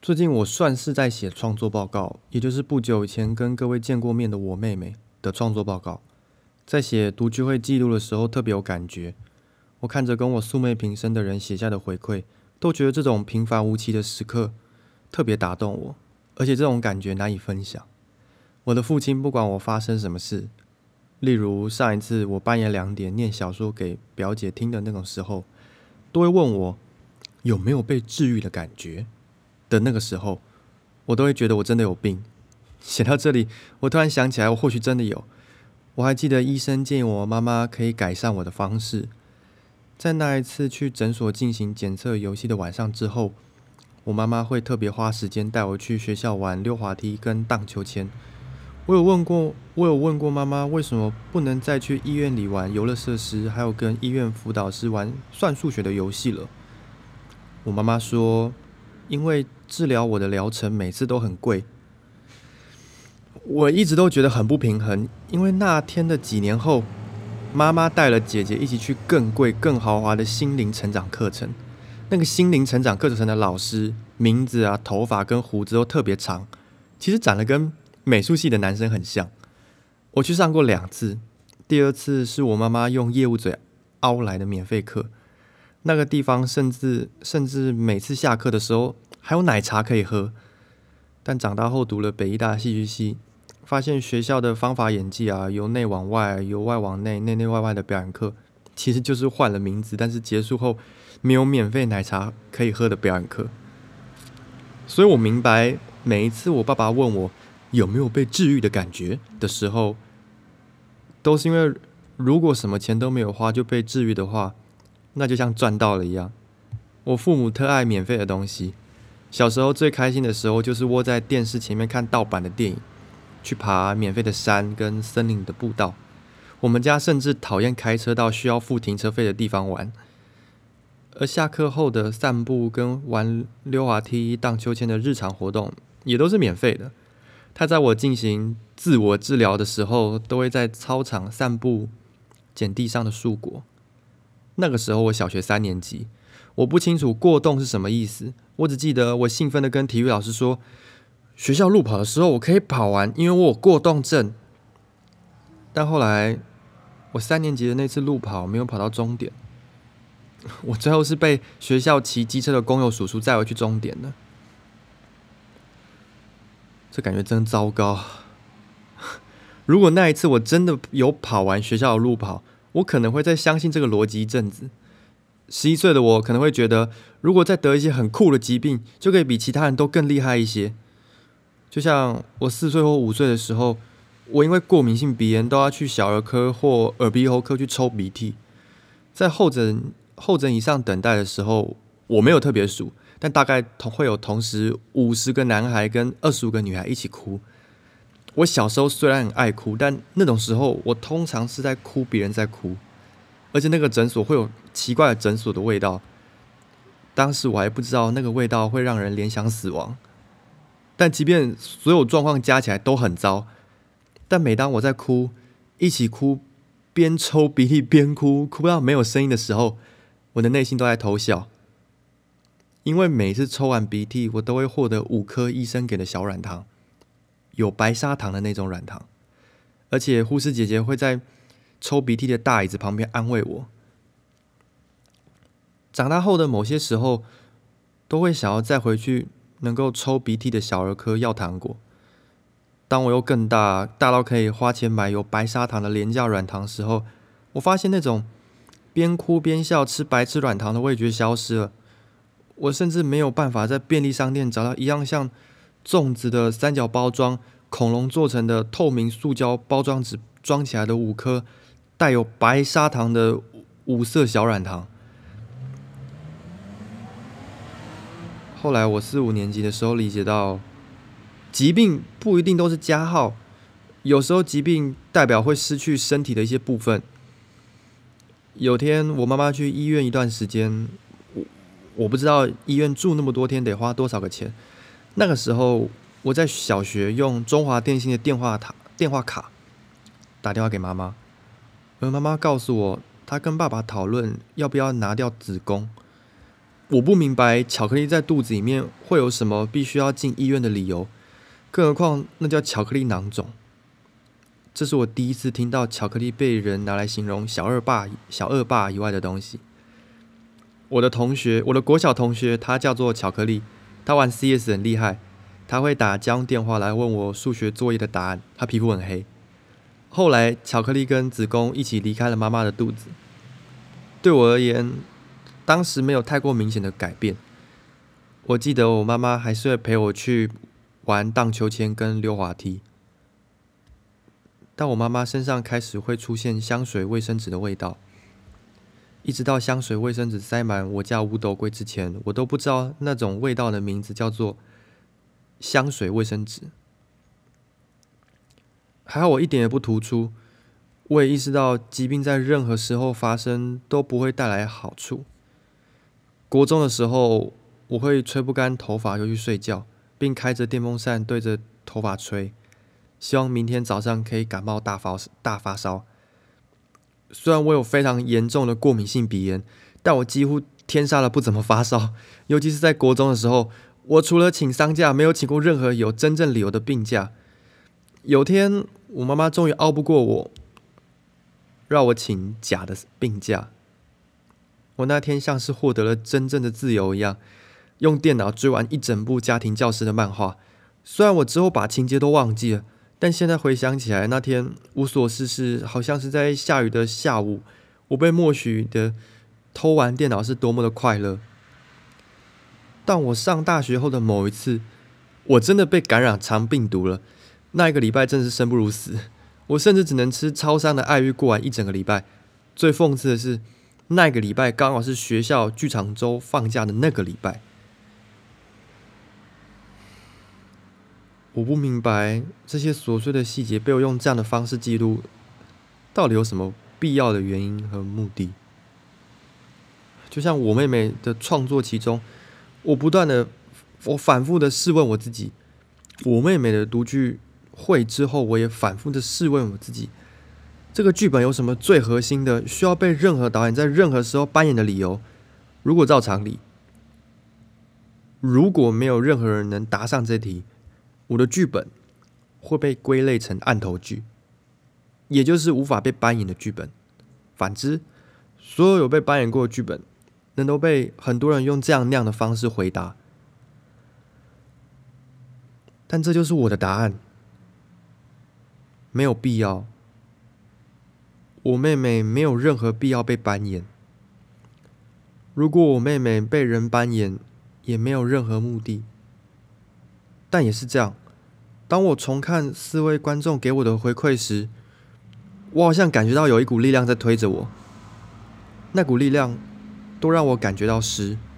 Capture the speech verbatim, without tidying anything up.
最近我算是在写创作报告，也就是不久以前跟各位见过面的我妹妹的创作报告。在写读聚会记录的时候特别有感觉，我看着跟我素昧平生的人写下的回馈，都觉得这种平凡无奇的时刻特别打动我，而且这种感觉难以分享。我的父亲不管我发生什么事，例如上一次我半夜两点念小说给表姐听的那种时候，都会问我有没有被治愈的感觉。的那个时候，我都会觉得我真的有病。写到这里，我突然想起来，我或许真的有。我还记得医生建议我妈妈可以改善我的方式。在那一次去诊所进行检测游戏的晚上之后，我妈妈会特别花时间带我去学校玩溜滑梯跟荡秋千。我有问过，我有问过妈妈为什么不能再去医院里玩游乐设施，还有跟医院辅导师玩算数学的游戏了。我妈妈说，因为治疗我的疗程每次都很贵。我一直都觉得很不平衡，因为那天的几年后，妈妈带了姐姐一起去更贵、更豪华的心灵成长课程。那个心灵成长课程的老师名字啊、头发跟胡子都特别长，其实长得跟美术系的男生很像。我去上过两次，第二次是我妈妈用业务嘴凹来的免费课。那个地方甚至甚至每次下课的时候还有奶茶可以喝。但长大后读了北医大戏剧系，发现学校的方法演技啊，由内往外，由外往内，内内外外的表演课，其实就是换了名字，但是结束后没有免费奶茶可以喝的表演课。所以我明白，每一次我爸爸问我有没有被治愈的感觉的时候，都是因为如果什么钱都没有花就被治愈的话，那就像赚到了一样。我父母特爱免费的东西，小时候最开心的时候就是窝在电视前面看盗版的电影，去爬免费的山跟森林的步道。我们家甚至讨厌开车到需要付停车费的地方玩。而下课后的散步跟玩溜滑梯、荡秋千的日常活动也都是免费的。他在我进行自我治疗的时候，都会在操场散步，捡地上的树果。那个时候我小学三年级，我不清楚过动是什么意思，我只记得我兴奋地跟体育老师说，学校路跑的时候我可以跑完，因为我有过动症。但后来我三年级的那次路跑没有跑到终点，我最后是被学校骑机车的工友叔叔载回去终点的。这感觉真糟糕。如果那一次我真的有跑完学校的路跑，我可能会再相信这个逻辑一阵子。十一岁的我可能会觉得，如果再得一些很酷的疾病，就可以比其他人都更厉害一些。就像我四岁或五岁的时候，我因为过敏性鼻炎都要去小儿科或耳鼻喉科去抽鼻涕。在候诊候诊以上等待的时候，我没有特别数，但大概会有同时五十个男孩跟二十五个女孩一起哭。我小时候虽然很爱哭，但那种时候我通常是在哭别人在哭，而且那个诊所会有奇怪的诊所的味道。当时我还不知道那个味道会让人联想死亡，但即便所有状况加起来都很糟，但每当我在哭，一起哭，边抽鼻涕边哭，哭到没有声音的时候，我的内心都在偷笑。因为每次抽完鼻涕，我都会获得五颗医生给的小软糖，有白砂糖的那种软糖，而且护士姐姐会在抽鼻涕的大椅子旁边安慰我。长大后的某些时候，都会想要再回去能够抽鼻涕的小儿科要糖果。当我又更大，大到可以花钱买有白砂糖的廉价软糖时候，我发现那种边哭边笑吃白吃软糖的味觉消失了。我甚至没有办法在便利商店找到一样像粽子的三角包装、恐龙做成的透明塑胶包装纸装起来的五颗带有白砂糖的五色小软糖。后来我四五年级的时候理解到，疾病不一定都是加号，有时候疾病代表会失去身体的一些部分。有天我妈妈去医院一段时间，我我不知道医院住那么多天得花多少个钱。那个时候我在小学用中华电信的电话卡电话卡打电话给妈妈，而妈妈告诉我，她跟爸爸讨论要不要拿掉子宫。 我不明白巧克力在肚子里面会有什么必须要进医院的理由，更何况那叫巧克力囊肿。这是我第一次听到巧克力被人拿来形容小恶霸、小恶霸以外的东西。我的同学，我的国小同学，他叫做巧克力，他玩 C S 很厉害，他会打家用电话来问我数学作业的答案，他皮肤很黑。后来，巧克力跟子宫一起离开了妈妈的肚子。对我而言，当时没有太过明显的改变。我记得我妈妈还是会陪我去玩荡秋千跟溜滑梯，但我妈妈身上开始会出现香水、卫生纸的味道。一直到香水、卫生纸塞满我家五斗柜之前，我都不知道那种味道的名字叫做香水卫生纸。还好我一点也不突出，我也意识到疾病在任何时候发生都不会带来好处。国中的时候，我会吹不干头发就去睡觉，并开着电风扇对着头发吹，希望明天早上可以感冒大发大发烧。虽然我有非常严重的过敏性鼻炎，但我几乎天杀了不怎么发烧。尤其是在国中的时候，我除了请丧假，没有请过任何有真正理由的病假。有天，我妈妈终于拗不过我，让我请假的病假。我那天像是获得了真正的自由一样，用电脑追完一整部家庭教师的漫画。虽然我之后把情节都忘记了，但现在回想起来，那天无所事事，好像是在下雨的下午，我被默许的偷玩电脑是多么的快乐。但我上大学后的某一次，我真的被感染肠病毒了。那一个礼拜真是生不如死，我甚至只能吃超商的爱玉过完一整个礼拜。最讽刺的是，那个礼拜刚好是学校剧场周放假的那个礼拜。我不明白这些琐碎的细节被我用这样的方式记录，到底有什么必要的原因和目的？就像我妹妹的创作其中，我不断的，我反复的试问我自己，我妹妹的读剧会之后，我也反复的试问我自己，这个剧本有什么最核心的，需要被任何导演在任何时候扮演的理由？如果照常理，如果没有任何人能答上这题，我的剧本会被归类成案头剧，也就是无法被搬演的剧本。反之，所有有被搬演过的剧本，能都被很多人用这样那样的方式回答。但这就是我的答案，没有必要。我妹妹没有任何必要被搬演。如果我妹妹被人搬演，也没有任何目的。但也是这样，当我重看四位观众给我的回馈时，我好像感觉到有一股力量在推着我，那股力量都让我感觉到湿。